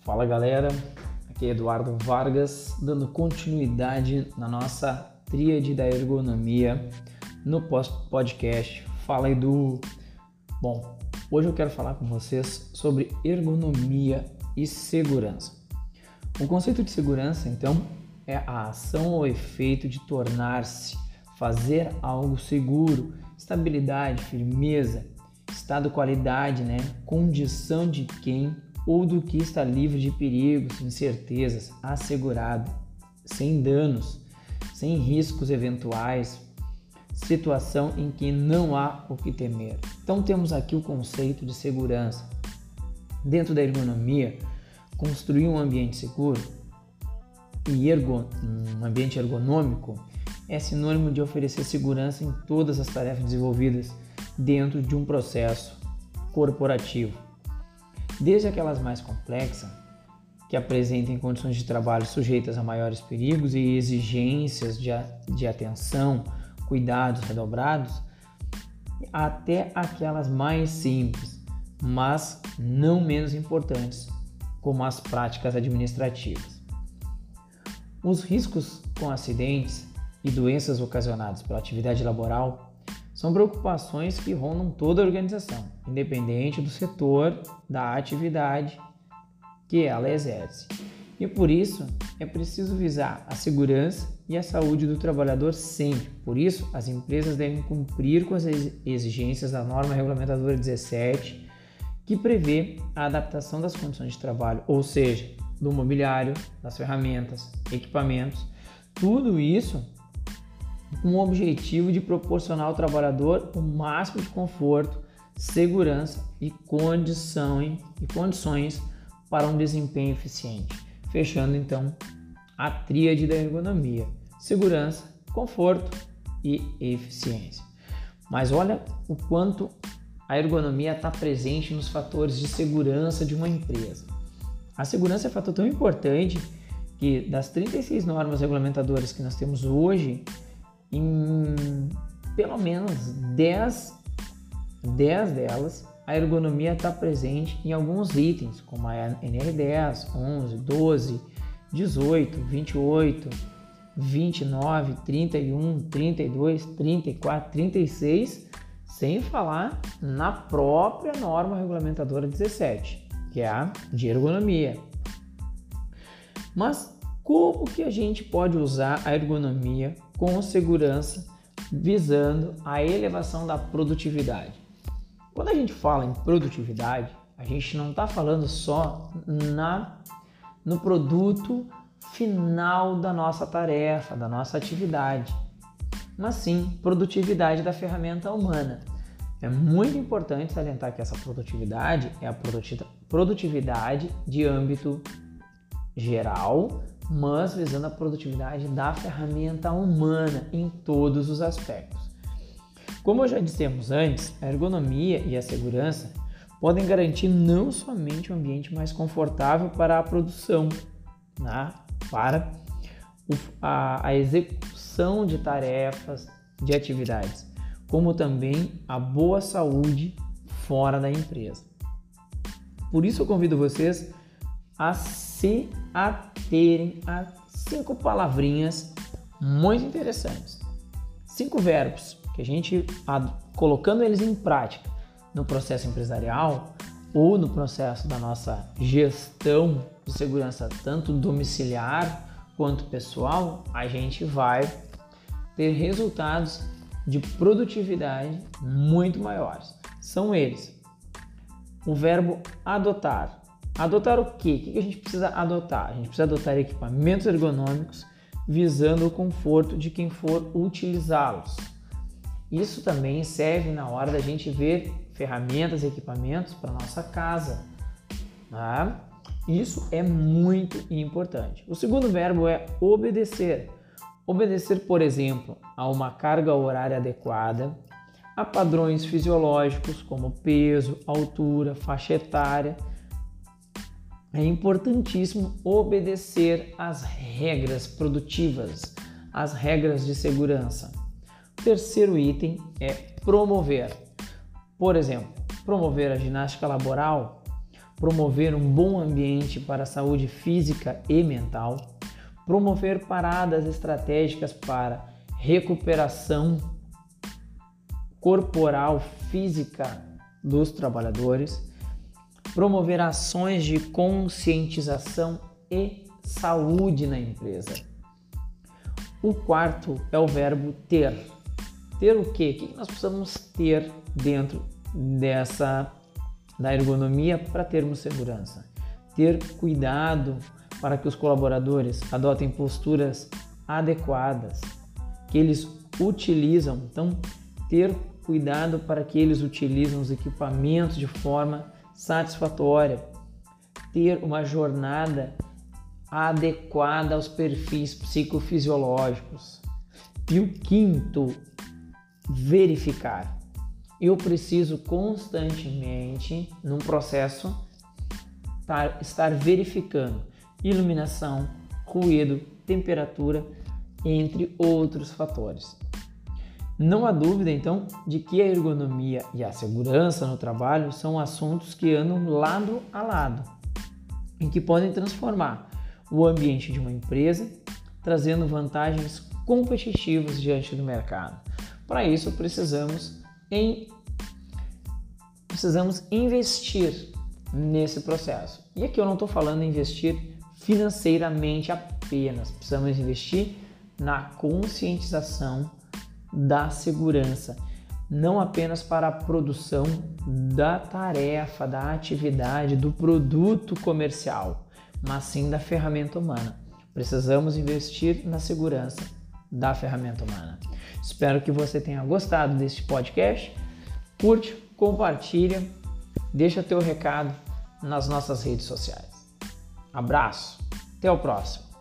Fala galera, aqui é Eduardo Vargas, dando continuidade na nossa tríade da ergonomia no podcast Fala Edu. Bom, hoje eu quero falar com vocês sobre ergonomia e segurança. O conceito de segurança, então, é a ação ou efeito de tornar-se, fazer algo seguro, estabilidade, firmeza, estado, qualidade, condição de quem ou do que está livre de perigos, incertezas, assegurado, sem danos, sem riscos eventuais, situação em que não há o que temer. Então temos aqui o conceito de segurança. Dentro da ergonomia, construir um ambiente seguro e um ambiente ergonômico é sinônimo de oferecer segurança em todas as tarefas desenvolvidas dentro de um processo corporativo. Desde aquelas mais complexas, que apresentem condições de trabalho sujeitas a maiores perigos e exigências de atenção, cuidados redobrados, até aquelas mais simples, mas não menos importantes, como as práticas administrativas. Os riscos com acidentes e doenças ocasionadas pela atividade laboral são preocupações que rondam toda a organização, independente do setor da atividade que ela exerce. E por isso é preciso visar a segurança e a saúde do trabalhador sempre. Por isso, as empresas devem cumprir com as exigências da norma regulamentadora 17, que prevê a adaptação das condições de trabalho, ou seja, do mobiliário, das ferramentas, equipamentos, tudo isso com o objetivo de proporcionar ao trabalhador o máximo de conforto, segurança e condições para um desempenho eficiente. Fechando então a tríade da ergonomia: segurança, conforto e eficiência. Mas olha o quanto a ergonomia está presente nos fatores de segurança de uma empresa. A segurança é um fator tão importante que das 36 normas regulamentadoras que nós temos hoje, em pelo menos 10 delas, a ergonomia está presente em alguns itens, como a NR10, 11, 12, 18, 28, 29, 31, 32, 34, 36, sem falar na própria norma regulamentadora 17, que é a de ergonomia. Mas como que a gente pode usar a ergonomia com segurança, visando a elevação da produtividade? Quando a gente fala em produtividade, a gente não está falando só no produto final da nossa tarefa, da nossa atividade, mas sim produtividade da ferramenta humana. É muito importante salientar que essa produtividade é a produtividade de âmbito geral, mas visando a produtividade da ferramenta humana em todos os aspectos. Como já dissemos antes, a ergonomia e a segurança podem garantir não somente um ambiente mais confortável para a produção, para a execução de tarefas, de atividades, como também a boa saúde fora da empresa. Por isso eu convido vocês a se aterem a 5 palavrinhas muito interessantes, 5 verbos que a gente, colocando eles em prática no processo empresarial ou no processo da nossa gestão de segurança, tanto domiciliar quanto pessoal, a gente vai ter resultados de produtividade muito maiores. São eles: o verbo adotar. Adotar o quê? O que a gente precisa adotar? A gente precisa adotar equipamentos ergonômicos visando o conforto de quem for utilizá-los. Isso também serve na hora da gente ver ferramentas e equipamentos para nossa casa. Isso é muito importante. O segundo verbo é obedecer. Obedecer, por exemplo, a uma carga horária adequada, a padrões fisiológicos como peso, altura, faixa etária. É importantíssimo obedecer às regras produtivas, às regras de segurança. O terceiro item é promover. Por exemplo, promover a ginástica laboral, promover um bom ambiente para a saúde física e mental, promover paradas estratégicas para recuperação corporal física dos trabalhadores, promover ações de conscientização e saúde na empresa. O quarto é o verbo ter. Ter o quê? O que nós precisamos ter dentro da ergonomia para termos segurança? Ter cuidado para que os colaboradores adotem posturas adequadas, que eles utilizam. Então, ter cuidado para que eles utilizem os equipamentos de forma satisfatória, ter uma jornada adequada aos perfis psicofisiológicos. E o quinto, verificar. Eu preciso constantemente, num processo, estar verificando iluminação, ruído, temperatura, entre outros fatores. Não há dúvida, então, de que a ergonomia e a segurança no trabalho são assuntos que andam lado a lado, em que podem transformar o ambiente de uma empresa, trazendo vantagens competitivas diante do mercado. Para isso, precisamos investir nesse processo. E aqui eu não estou falando em investir financeiramente apenas, precisamos investir na conscientização da segurança, não apenas para a produção da tarefa, da atividade, do produto comercial, mas sim da ferramenta humana. Precisamos investir na segurança da ferramenta humana. Espero que você tenha gostado deste podcast. Curte, compartilha, deixa teu recado nas nossas redes sociais. Abraço, até o próximo.